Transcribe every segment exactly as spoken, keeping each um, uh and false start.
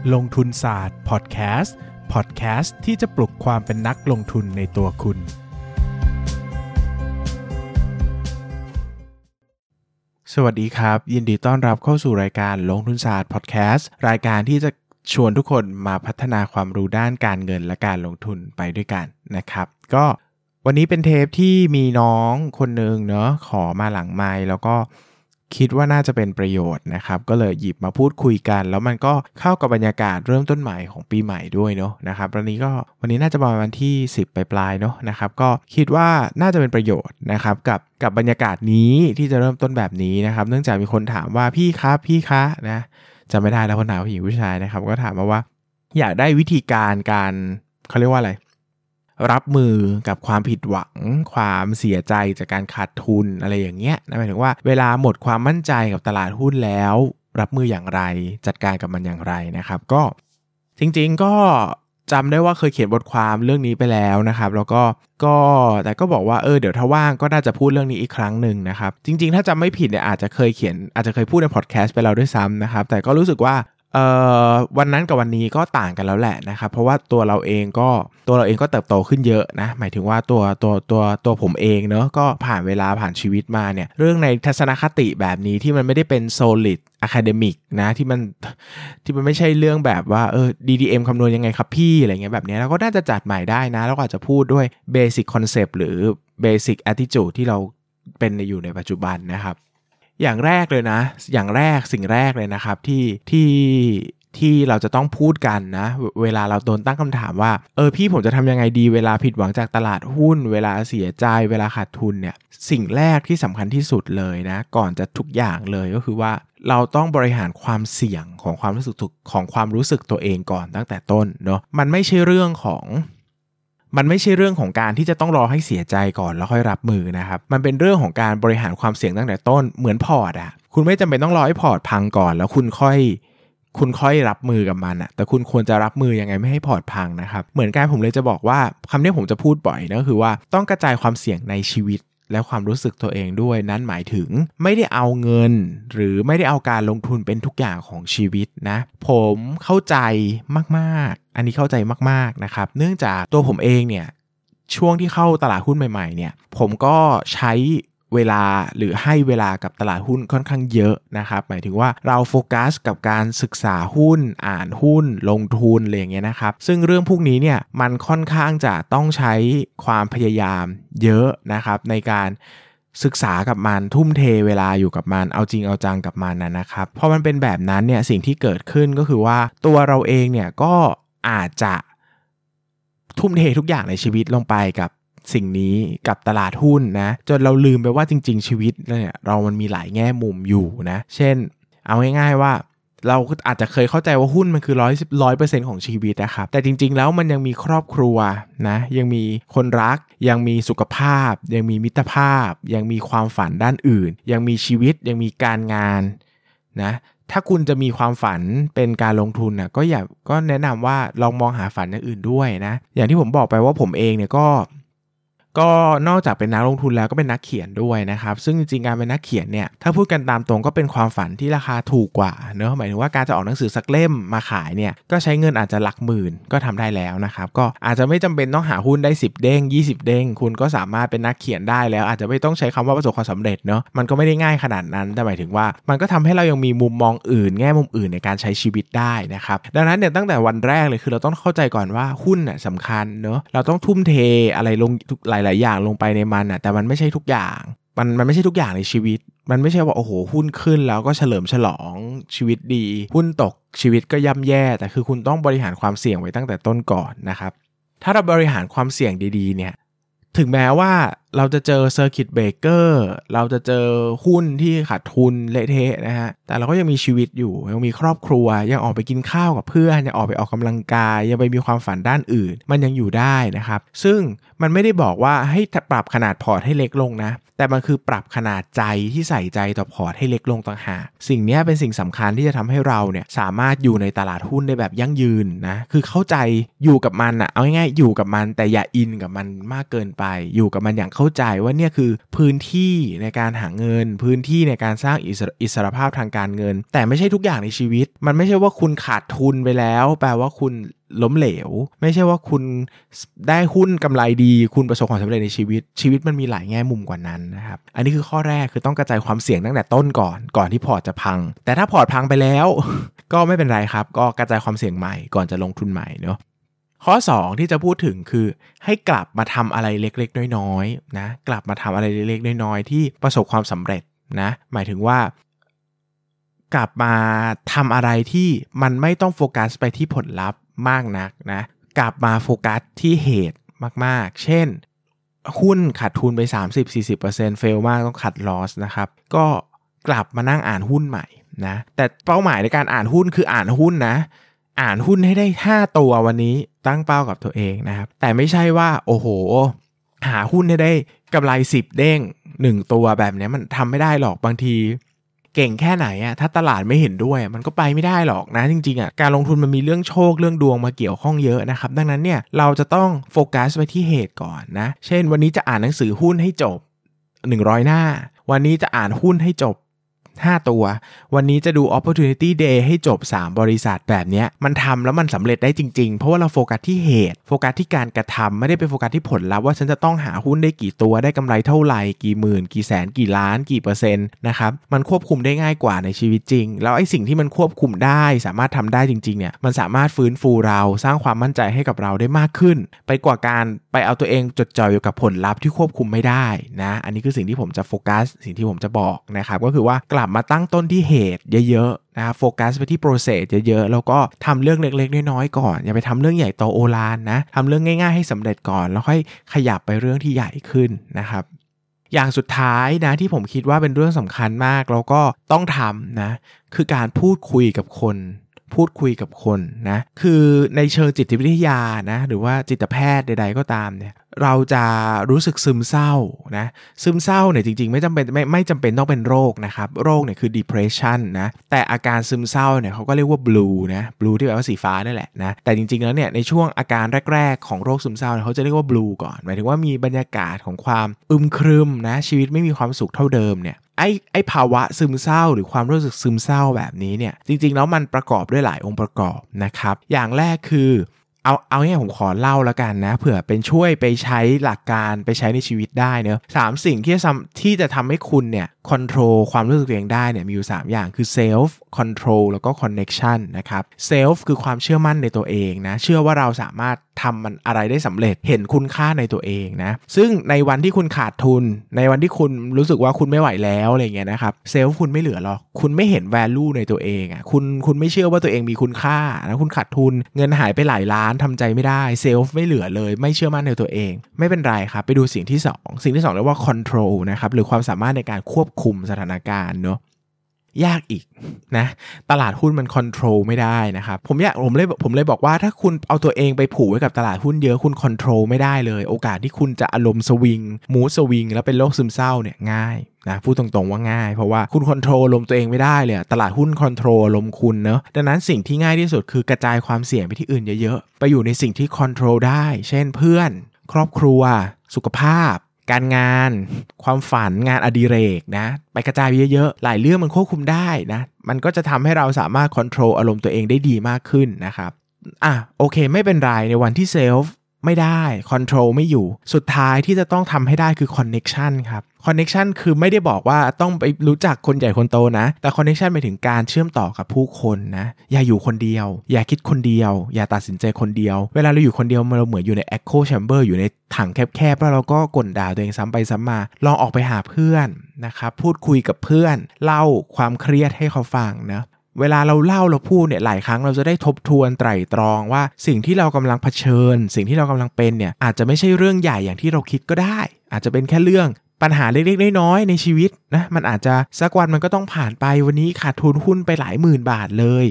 ลงทุนศาสตร์พอดแคสต์พอดแคสต์ที่จะปลุกความเป็นนักลงทุนในตัวคุณสวัสดีครับยินดีต้อนรับเข้าสู่รายการลงทุนศาสตร์พอดแคสต์รายการที่จะชวนทุกคนมาพัฒนาความรู้ด้านการเงินและการลงทุนไปด้วยกันนะครับก็วันนี้เป็นเทปที่มีน้องคนนึงเนาะขอมาหลังไมค์แล้วก็คิดว่าน่าจะเป็นประโยชน์นะครับก็เลยหยิบมาพูดคุยกันแล้วมันก็เข้ากับบรรยากาศเริ่มต้นใหม่ของปีใหม่ด้วยเนาะนะครับวันนี้ก็วันนี้น่าจะประมาณวันที่สิบปลายๆเนาะนะครับก็คิดว่าน่าจะเป็นประโยชน์นะครับกับกับบรรยากาศนี้ที่จะเริ่มต้นแบบนี้นะครับเนื่องจากมีคนถามว่าพี่ครับพี่คะนะจำไม่ได้แล้วคนถามผู้หญิงผู้ชายนะครับก็ถามมาว่าอยากได้วิธีการการเขาเรียกว่าอะไรรับมือกับความผิดหวังความเสียใจจากการขาดทุนอะไรอย่างเงี้ยหมายถึงว่าเวลาหมดความมั่นใจกับตลาดหุ้นแล้วรับมืออย่างไรจัดการกับมันอย่างไรนะครับก็จริงๆก็จำได้ว่าเคยเขียนบทความเรื่องนี้ไปแล้วนะครับแล้วก็ก็แต่ก็บอกว่าเออเดี๋ยวถ้าว่างก็น่าจะพูดเรื่องนี้อีกครั้งหนึ่งนะครับจริงๆถ้าจำไม่ผิดเนี่ยอาจจะเคยเขียนอาจจะเคยพูดในพอดแคสต์ไปแล้วด้วยซ้ำนะครับแต่ก็รู้สึกว่าเอ่อวันนั้นกับวันนี้ก็ต่างกันแล้วแหละนะครับเพราะว่าตัวเราเองก็ตัวเราเองก็เติบโตขึ้นเยอะนะหมายถึงว่าตัวตัวตัวตัวผมเองเนอะก็ผ่านเวลาผ่านชีวิตมาเนี่ยเรื่องในทัศนคติแบบนี้ที่มันไม่ได้เป็น solid academic นะที่มันที่มันไม่ใช่เรื่องแบบว่าเออ ดี ดี เอ็ม คำนวณยังไงครับพี่อะไรเงี้ยแบบนี้เราก็น่าจะจัดใหม่ได้นะแล้วก็อาจจะพูดด้วย basic concept หรือ basic attitude ที่เราเป็นอยู่ในปัจจุบันนะครับอย่างแรกเลยนะอย่างแรกสิ่งแรกเลยนะครับที่ที่ที่เราจะต้องพูดกันนะเวลาเราโดนตั้งคำถามว่าเออพี่ผมจะทำยังไงดีเวลาผิดหวังจากตลาดหุ้นเวลาเสียใจเวลาขาดทุนเนี่ยสิ่งแรกที่สำคัญที่สุดเลยนะก่อนจะทุกอย่างเลยก็คือว่าเราต้องบริหารความเสี่ยงของความรู้สึกของความรู้สึกตัวเองก่อนตั้งแต่ต้นเนาะมันไม่ใช่เรื่องของมันไม่ใช่เรื่องของการที่จะต้องรอให้เสียใจก่อนแล้วค่อยรับมือนะครับมันเป็นเรื่องของการบริหารความเสี่ยงตั้งแต่ต้นเหมือนพอร์ตอะคุณไม่จำเป็นต้องรอให้พอร์ตพังก่อนแล้วคุณค่อยคุณค่อยรับมือกับมันอะแต่คุณควรจะรับมือยังไงไม่ให้พอร์ตพังนะครับเหมือนกันผมเลยจะบอกว่าคำนี้ผมจะพูดบ่อยนะก็คือว่าต้องกระจายความเสี่ยงในชีวิตและความรู้สึกตัวเองด้วยนั่นหมายถึงไม่ได้เอาเงินหรือไม่ได้เอาการลงทุนเป็นทุกอย่างของชีวิตนะผมเข้าใจมากๆอันนี้เข้าใจมากๆนะครับเนื่องจากตัวผมเองเนี่ยช่วงที่เข้าตลาดหุ้นใหม่ๆเนี่ยผมก็ใช้เวลาหรือให้เวลากับตลาดหุ้นค่อนข้างเยอะนะครับหมายถึงว่าเราโฟกัสกับการศึกษาหุ้นอ่านหุ้นลงทุนอะไรอย่างเงี้ยนะครับซึ่งเรื่องพวกนี้เนี่ยมันค่อนข้างจะต้องใช้ความพยายามเยอะนะครับในการศึกษากับมันทุ่มเทเวลาอยู่กับมันเอาจริงเอาจังกับมันนะครับพอมันเป็นแบบนั้นเนี่ยสิ่งที่เกิดขึ้นก็คือว่าตัวเราเองเนี่ยก็อาจจะทุ่มเททุกอย่างในชีวิตลงไปกับสิ่งนี้กับตลาดหุ้นนะจนเราลืมไปว่าจริงๆชีวิตเนี่ยเรามันมีหลายแง่มุมอยู่นะเช่นเอาง่ายๆว่าเราอาจจะเคยเข้าใจว่าหุ้นมันคือร้อยร้อยเปอร์เซ็นต์ของชีวิตนะครับแต่จริงๆแล้วมันยังมีครอบครัวนะยังมีคนรักยังมีสุขภาพยังมีมิตรภาพยังมีความฝันด้านอื่นยังมีชีวิตยังมีการงานนะถ้าคุณจะมีความฝันเป็นการลงทุนนะก็อย่าก็แนะนำว่าลองมองหาฝันอย่างอื่นด้วยนะอย่างที่ผมบอกไปว่าผมเองเนี่ยก็ก็นอกจากเป็นนักลงทุนแล้วก็เป็นนักเขียนด้วยนะครับซึ่งจริงๆการเป็นนักเขียนเนี่ยถ้าพูดกันตามตรงก็เป็นความฝันที่ราคาถูกกว่าเนอะหมายถึงว่าการจะออกหนังสือสักเล่มมาขายเนี่ยก็ใช้เงินอาจจะหลักหมื่นก็ทำได้แล้วนะครับก็อาจจะไม่จำเป็นต้องหาหุ้นได้สิบเด้งยี่สิบเด้งคุณก็สามารถเป็นนักเขียนได้แล้วอาจจะไม่ต้องใช้คำว่าประสบความสำเร็จเนอะมันก็ไม่ได้ง่ายขนาดนั้นแต่หมายถึงว่ามันก็ทำให้เรายังมีมุมมองอื่นแง่มุมอื่นในการใช้ชีวิตได้นะครับดังนั้นเนี่ยตั้งแต่วันแรกเลยคือเราต้องเข้าใจก่อนว่าหุ้นน่ะสำคัญเนอะเราต้องทุ่มเทอะไรลงหลายๆอย่างลงไปในมันน่ะแต่มันไม่ใช่ทุกอย่างมันมันไม่ใช่ทุกอย่างในชีวิตมันไม่ใช่ว่าโอ้โหหุ้นขึ้นแล้วก็เฉลิมฉลองชีวิตดีหุ้นตกชีวิตก็ย่ำแย่แต่คือคุณต้องบริหารความเสี่ยงไว้ตั้งแต่ต้นก่อนนะครับถ้าเราบริหารความเสี่ยงดีๆเนี่ยถึงแม้ว่าเราจะเจอเซอร์กิตเบรกเกอร์เราจะเจอหุ้นที่ขาดทุนเละเทะนะฮะแต่เราก็ยังมีชีวิตอยู่ยังมีครอบครัวยังออกไปกินข้าวกับเพื่อนยังออกไปออกกำลังกายยังไปมีความฝันด้านอื่นมันยังอยู่ได้นะครับซึ่งมันไม่ได้บอกว่าให้ปรับขนาดพอร์ตให้เล็กลงนะแต่มันคือปรับขนาดใจที่ใส่ใจต่อพอร์ตให้เล็กลงต่างหากสิ่งนี้เป็นสิ่งสำคัญที่จะทำให้เราเนี่ยสามารถอยู่ในตลาดหุ้นได้แบบยั่งยืนนะคือเข้าใจอยู่กับมันอะเอาง่ายๆอยู่กับมันแต่อย่าอินกับมันมากเกินไปอยู่กับมันอย่างเข้าเข้าใจว่าเนี่ยคือพื้นที่ในการหาเงินพื้นที่ในการสร้างอิสรอิสรภาพทางการเงินแต่ไม่ใช่ทุกอย่างในชีวิตมันไม่ใช่ว่าคุณขาดทุนไปแล้วแปลว่าคุณล้มเหลวไม่ใช่ว่าคุณได้หุ้นกำไรดีคุณประสบความสำเร็จในชีวิตชีวิตมันมีหลายแง่มุมกว่านั้นนะครับอันนี้คือข้อแรกคือต้องกระจายความเสี่ยงตั้งแต่ต้นก่อนก่อนที่พอร์ตจะพังแต่ถ้าพอร์ตพังไปแล้ว ก็ไม่เป็นไรครับก็กระจายความเสี่ยงใหม่ก่อนจะลงทุนใหม่เนาะข้อสองที่จะพูดถึงคือให้กลับมาทำอะไรเล็กๆน้อยๆนะกลับมาทำอะไรเล็กๆน้อยๆที่ประสบความสำเร็จนะหมายถึงว่ากลับมาทำอะไรที่มันไม่ต้องโฟกัสไปที่ผลลัพธ์มากนักนะกลับมาโฟกัสที่เหตุมากๆเช่นหุ้นขาดทุนไป สามสิบถึงสี่สิบเปอร์เซ็นต์ เฟลมากต้องคัดลอสนะครับก็กลับมานั่งอ่านหุ้นใหม่นะแต่เป้าหมายในการอ่านหุ้นคืออ่านหุ้นนะอ่านหุ้นให้ได้ห้าตัววันนี้ตั้งเป้ากับตัวเองนะครับแต่ไม่ใช่ว่าโอ้โหหาหุ้นให้ได้กำไรสิบเด้งหนึ่งตัวแบบนี้มันทำไม่ได้หรอกบางทีเก่งแค่ไหนอะถ้าตลาดไม่เห็นด้วยมันก็ไปไม่ได้หรอกนะจริงๆอะการลงทุนมันมีเรื่องโชคเรื่องดวงมาเกี่ยวข้องเยอะนะครับดังนั้นเนี่ยเราจะต้องโฟกัสไปที่เหตุก่อนนะเช่นวันนี้จะอ่านหนังสือหุ้นให้จบหนึ่งร้อยหน้าวันนี้จะอ่านหุ้นให้จบห้าตัววันนี้จะดู opportunity day ให้จบสามบริษัทแบบนี้มันทำแล้วมันสำเร็จได้จริงๆเพราะว่าเราโฟกัสที่เหตุโฟกัสที่การกระทำไม่ได้ไปโฟกัสที่ผลลัพธ์ว่าฉันจะต้องหาหุ้นได้กี่ตัวได้กำไรเท่าไหร่กี่หมื่นกี่แสนกี่ล้านกี่เปอร์เซ็นต์นะครับมันควบคุมได้ง่ายกว่าในชีวิตจริงแล้วไอ้สิ่งที่มันควบคุมได้สามารถทำได้จริงๆเนี่ยมันสามารถฟื้นฟูเราสร้างความมั่นใจให้กับเราได้มากขึ้นไปกว่าการไปเอาตัวเองจดจ่ออยู่กับผลลัพธ์ที่ควบคุมไม่ได้นะอันนี้คือสิ่งที่ผมจะโฟกัสสิ่งที่ผมจะบอกนะครับก็คือว่ากลับมาตั้งต้นที่เหตุเยอะๆนะโฟกัสไปที่โปรเซสเยอะๆแล้วก็ทำเรื่องเล็กๆน้อยๆก่อนอย่าไปทำเรื่องใหญ่โตโอฬารนะทำเรื่องง่ายๆให้สำเร็จก่อนแล้วค่อยขยับไปเรื่องที่ใหญ่ขึ้นนะครับอย่างสุดท้ายนะที่ผมคิดว่าเป็นเรื่องสำคัญมากแล้วก็ต้องทำนะคือการพูดคุยกับคนพูดคุยกับคนนะคือในเชิงจิตวิทยานะหรือว่าจิตแพทย์ใดๆก็ตามเนี่ยเราจะรู้สึกซึมเศร้านะซึมเศร้าเนี่ยจริงๆไม่จำเป็นไม่ไม่จำเป็นต้องเป็นโรคนะครับโรคเนี่ยคือ depression นะแต่อาการซึมเศร้าเนี่ยเขาก็เรียกว่า blue นะ blue ที่แปลว่าสีฟ้านั่นแหละนะแต่จริงๆแล้วเนี่ยในช่วงอาการแรกๆของโรคซึมเศร้าเนี่ยเขาจะเรียกว่า blue ก่อนหมายถึงว่ามีบรรยากาศของความอึมครึมนะชีวิตไม่มีความสุขเท่าเดิมเนี่ยไอ้ไอ้ภาวะซึมเศร้าหรือความรู้สึกซึมเศร้าแบบนี้เนี่ยจริงๆแล้วมันประกอบด้วยหลายองค์ประกอบนะครับอย่างแรกคือเอาเอาเนี่ยผมขอเล่าแล้วกันนะเผื่อเป็นช่วยไปใช้หลักการไปใช้ในชีวิตได้เนอะสามสิ่งที่จะที่จะทำให้คุณเนี่ยคอนโทรลความรู้สึกตัวเองได้เนี่ยมีอยู่สามอย่างคือ self control แล้วก็ connection นะครับ self คือความเชื่อมั่นในตัวเองนะเชื่อว่าเราสามารถทำมันอะไรได้สำเร็จเห็นคุณค่าในตัวเองนะซึ่งในวันที่คุณขาดทุนในวันที่คุณรู้สึกว่าคุณไม่ไหวแล้วอะไรเงี้ยนะครับเซลฟ์คุณไม่เหลือหรอกคุณไม่เห็น value ในตัวเองอ่ะคุณคุณไม่เชื่อว่าตัวเองมีคุณค่าแล้วคุณขาดทุนเงินหายไปหลายล้านทำใจไม่ได้เซลฟ์ไม่เหลือเลยไม่เชื่อมั่นในตัวเองไม่เป็นไรครับไปดูสิ่งที่สองสิ่งที่สองเรียกว่า control นะครับหรือความสามารถในการควบคุมสถานการณ์เนาะยากอีกนะตลาดหุ้นมันคอนโทรลไม่ได้นะครับผมอยากผมเลยผมเลยบอกว่าถ้าคุณเอาตัวเองไปผูกไว้กับตลาดหุ้นเยอะคุณคอนโทรลไม่ได้เลยโอกาสที่คุณจะอารมณ์สวิงมูดสวิงแล้วเป็นโรคซึมเศร้าเนี่ยง่ายนะพูดตรงๆว่าง่ายเพราะว่าคุณคอนโทรลอารมณ์ตัวเองไม่ได้เลยตลาดหุ้นคอนโทรลอารมณ์คุณเนอะดังนั้นสิ่งที่ง่ายที่สุดคือกระจายความเสี่ยงไปที่อื่นเยอะๆไปอยู่ในสิ่งที่คอนโทรลได้เช่นเพื่อนครอบครัวสุขภาพการงานความฝันงานอดิเรกนะไปกระจายเยอะๆหลายเรื่องมันควบคุมได้นะมันก็จะทำให้เราสามารถคอนโทรลอารมณ์ตัวเองได้ดีมากขึ้นนะครับอ่ะโอเคไม่เป็นไรในวันที่เซลฟ์ไม่ได้คอนโทรลไม่อยู่สุดท้ายที่จะต้องทำให้ได้คือคอนเน็กชันครับคอนเน็กชันคือไม่ได้บอกว่าต้องไปรู้จักคนใหญ่คนโตนะแต่คอนเน็กชันหมายถึงการเชื่อมต่อกับผู้คนนะอย่าอยู่คนเดียวอย่าคิดคนเดียวอย่าตัดสินใจคนเดียวเวลาเราอยู่คนเดียวเราเหมือนอยู่ใน echo chamber อยู่ในถังแคบๆแล้วเราก็กลด่าตัวเองซ้ำไปซ้ำมาลองออกไปหาเพื่อนนะครับพูดคุยกับเพื่อนเล่าความเครียดให้เขาฟังนะเวลาเราเล่าเราพูดเนี่ยหลายครั้งเราจะได้ทบทวนไตร่ตรองว่าสิ่งที่เรากำลังเผชิญสิ่งที่เรากำลังเป็นเนี่ยอาจจะไม่ใช่เรื่องใหญ่อย่างที่เราคิดก็ได้อาจจะเป็นแค่เรื่องปัญหาเล็กๆน้อยๆในชีวิตนะมันอาจจะสักวันมันก็ต้องผ่านไปวันนี้ขาดทุนหุ้นไปหลายหมื่นบาทเลย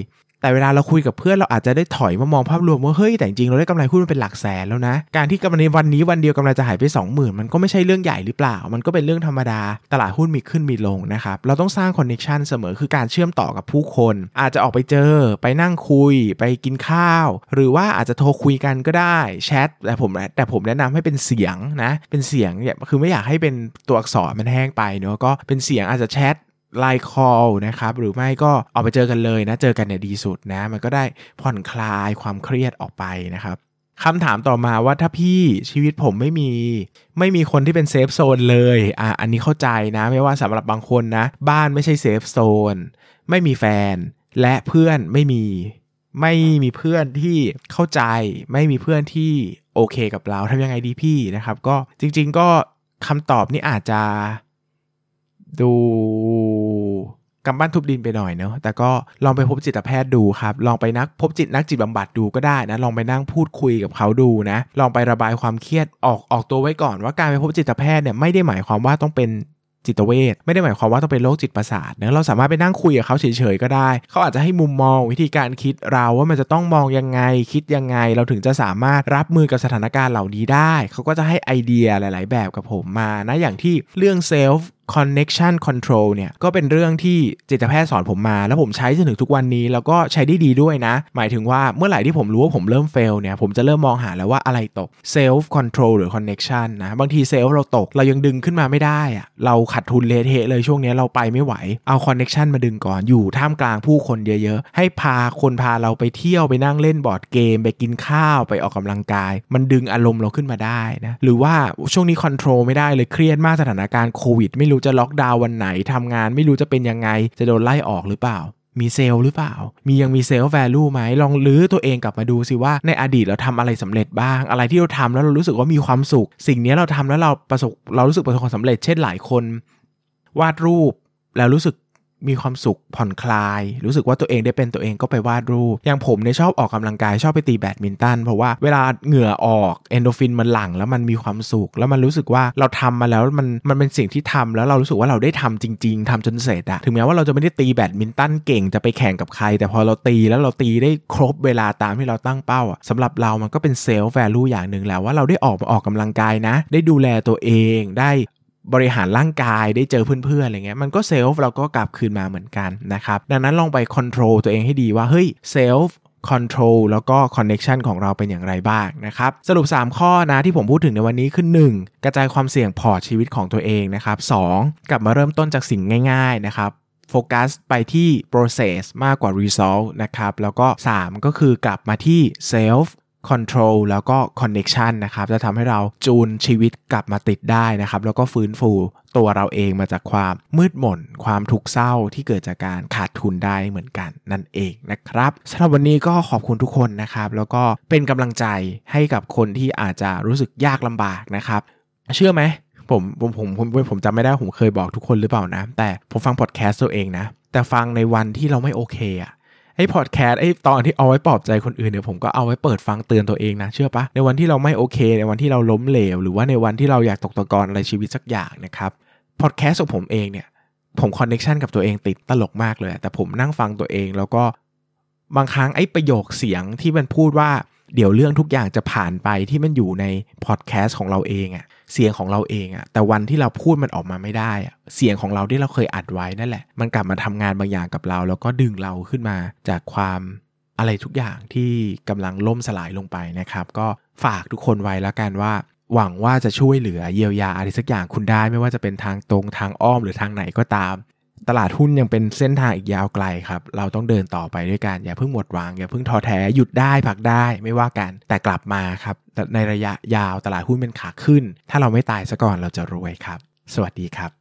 แต่เวลาเราคุยกับเพื่อนเราอาจจะได้ถอยมามองภาพรวมว่าเฮ้ยแต่จริงๆเราได้กำไรหุ้นมันเป็นหลักแสนแล้วนะการที่กำไรวันนี้วันเดียวกำไรจะหายไป สองหมื่น มันก็ไม่ใช่เรื่องใหญ่หรือเปล่ามันก็เป็นเรื่องธรรมดาตลาดหุ้นมีขึ้นมีลงนะครับเราต้องสร้างคอนเนคชั่นเสมอคือการเชื่อมต่อกับผู้คนอาจจะออกไปเจอไปนั่งคุยไปกินข้าวหรือว่าอาจจะโทรคุยกันก็ได้แชทแต่ผมแต่ผมแนะนำให้เป็นเสียงนะเป็นเสียงเนี่ยคือไม่อยากให้เป็นตัวอักษรมันแห้งไปเนาะก็เป็นเสียงอาจจะแชทไลน์คอลนะครับหรือไม่ก็ออกไปเจอกันเลยนะเจอกันเนี่ยดีสุดนะมันก็ได้ผ่อนคลายความเครียดออกไปนะครับคำถามต่อมาว่าถ้าพี่ชีวิตผมไม่มีไม่มีคนที่เป็นเซฟโซนเลยอ่ะอันนี้เข้าใจนะไม่ว่าสำหรับบางคนนะบ้านไม่ใช่เซฟโซนไม่มีแฟนและเพื่อนไม่มีไม่มีเพื่อนที่เข้าใจไม่มีเพื่อนที่โอเคกับเราทำยังไงดีพี่นะครับก็จริงๆก็คำตอบนี้อาจจะดูกำปั้นทุบดินไปหน่อยเนาะแต่ก็ลองไปพบจิตแพทย์ดูครับลองไปนักพบจิตนักจิตบำบัดดูก็ได้นะลองไปนั่งพูดคุยกับเขาดูนะลองไประบายความเครียดออกออกตัวไว้ก่อนว่าการไปพบจิตแพทย์เนี่ยไม่ได้หมายความว่าต้องเป็นจิตเวชไม่ได้หมายความว่าต้องเป็นโรคจิตประสาทนะเราสามารถไปนั่งคุยกับเขาเฉยๆก็ได้เขาอาจจะให้มุมมองวิธีการคิดเราว่ามันจะต้องมองยังไงคิดยังไงเราถึงจะสามารถรับมือกับสถานการณ์เหล่านี้ได้เขาก็จะให้ไอเดียหลายๆแบบกับผมมานะอย่างที่เรื่อง self connection control เนี่ยก็เป็นเรื่องที่จิตแพทย์สอนผมมาแล้วผมใช้จนถึงทุกวันนี้แล้วก็ใช้ได้ดีด้วยนะหมายถึงว่าเมื่อไหร่ที่ผมรู้ว่าผมเริ่ม fail เนี่ยผมจะเริ่มมองหาแล้วว่าอะไรตก self control หรือ connection นะบางที self เราตกเรายังดึงขึ้นมาไม่ได้อะเราขาดทุนเละเทะเลยช่วงนี้เราไปไม่ไหวเอา connection มาดึงก่อนอยู่ท่ามกลางผู้คนเยอะๆให้พาคนพาเราไปเที่ยวไปนั่งเล่นบอร์ดเกมไปกินข้าวไปออกกำลังกายมันดึงอารมณ์เราขึ้นมาได้นะหรือว่าช่วงนี้ control ไม่ได้เลยเครียดมากสถานการณ์โควิดไม่รู้จะล็อกดาวน์วันไหนทำงานไม่รู้จะเป็นยังไงจะโดนไล่ออกหรือเปล่ามีเซลล์หรือเปล่ามียังมีเซลล์แวลูไหมลองลื้อตัวเองกลับมาดูสิว่าในอดีตเราทำอะไรสำเร็จบ้างอะไรที่เราทำแล้วเรารู้สึกว่ามีความสุขสิ่งนี้เราทำแล้วเราประสบเรารู้สึกประสบความสำเร็จเช่นหลายคนวาดรูปแล้วรู้สึกมีความสุขผ่อนคลายรู้สึกว่าตัวเองได้เป็นตัวเองก็ไปวาดรูปอย่างผมเนี่ยชอบออกกำลังกายชอบไปตีแบดมินตันเพราะว่าเวลาเหงื่อออกเอนโดรฟินมันหลั่งแล้วมันมีความสุขแล้วมันรู้สึกว่าเราทำมาแล้วมันมันเป็นสิ่งที่ทำแล้วเรารู้สึกว่าเราได้ทำจริงๆทำจนเสร็จอะถึงแม้ว่าเราจะไม่ได้ตีแบดมินตันเก่งจะไปแข่งกับใครแต่พอเราตีแล้วเราตีได้ครบเวลาตามที่เราตั้งเป้าอะสำหรับเรามันก็เป็นเซลฟ์แวลูอย่างนึงแล้วว่าเราได้ออกมาออกกำลังกายนะได้ดูแลตัวเองได้บริหารร่างกายได้เจอเพื่อนๆอะไรเงี้ยมันก็เซลฟ์เราก็กลับคืนมาเหมือนกันนะครับดังนั้นลองไปคอนโทรลตัวเองให้ดีว่าเฮ้ยเซลฟ์คอนโทรลแล้วก็คอนเนคชันของเราเป็นอย่างไรบ้างนะครับสรุปสามข้อนะที่ผมพูดถึงในวันนี้คือหนึ่งกระจายความเสี่ยงพอร์ตชีวิตของตัวเองนะครับสองกลับมาเริ่มต้นจากสิ่งง่ายๆนะครับโฟกัสไปที่ process มากกว่า result นะครับแล้วก็สามก็คือกลับมาที่ self control แล้วก็ connection นะครับจะทำให้เราจูนชีวิตกลับมาติดได้นะครับแล้วก็ฟื้นฟูตัวเราเองมาจากความมืดหม่นความทุกข์เศร้าที่เกิดจากการขาดทุนได้เหมือนกันนั่นเองนะครับสำหรับวันนี้ก็ขอบคุณทุกคนนะครับแล้วก็เป็นกำลังใจให้กับคนที่อาจจะรู้สึกยากลำบากนะครับเชื่อไหมผมผมผมผมผมจำไม่ได้ผมเคยบอกทุกคนหรือเปล่านะแต่ผมฟังพอดแคสต์ตัวเองนะแต่ฟังในวันที่เราไม่โอเคอะไอ้พอดแคสต์ไอ้ตอนที่เอาไว้ปลอบใจคนอื่นเนี่ยผมก็เอาไว้เปิดฟังเตือนตัวเองนะเชื่อปะในวันที่เราไม่โอเคในวันที่เราล้มเหลวหรือว่าในวันที่เราอยากตกตะกอนอะไรชีวิตสักอย่างนะครับพอดแคสต์ของผมเองเนี่ยผมคอนเนคชั่นกับตัวเองติดตลกมากเลยแต่ผมนั่งฟังตัวเองแล้วก็บางครั้งไอ้ประโยคเสียงที่มันพูดว่าเดี๋ยวเรื่องทุกอย่างจะผ่านไปที่มันอยู่ในพอดแคสต์ของเราเองอะเสียงของเราเองอะแต่วันที่เราพูดมันออกมาไม่ได้อะเสียงของเราที่เราเคยอัดไว้นั่นแหละมันกลับมาทำงานบางอย่างกับเราแล้วก็ดึงเราขึ้นมาจากความอะไรทุกอย่างที่กำลังล่มสลายลงไปนะครับก็ฝากทุกคนไว้แล้วกันว่าหวังว่าจะช่วยเหลือเยียวยาอะไรสักอย่างคุณได้ไม่ว่าจะเป็นทางตรงทางอ้อมหรือทางไหนก็ตามตลาดหุ้นยังเป็นเส้นทางอีกยาวไกลครับเราต้องเดินต่อไปด้วยกันอย่าเพิ่งหมดหวังอย่าเพิ่งท้อแท้หยุดได้พักได้ไม่ว่ากันแต่กลับมาครับในระยะยาวตลาดหุ้นเป็นขาขึ้นถ้าเราไม่ตายซะก่อนเราจะรวยครับสวัสดีครับ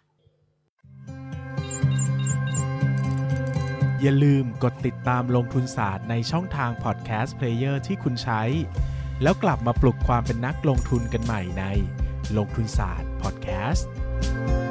อย่าลืมกดติดตามลงทุนศาสตร์ในช่องทางพอดแคสต์เพลเยอร์ที่คุณใช้แล้วกลับมาปลุกความเป็นนักลงทุนกันใหม่ในลงทุนศาสตร์พอดแคสต์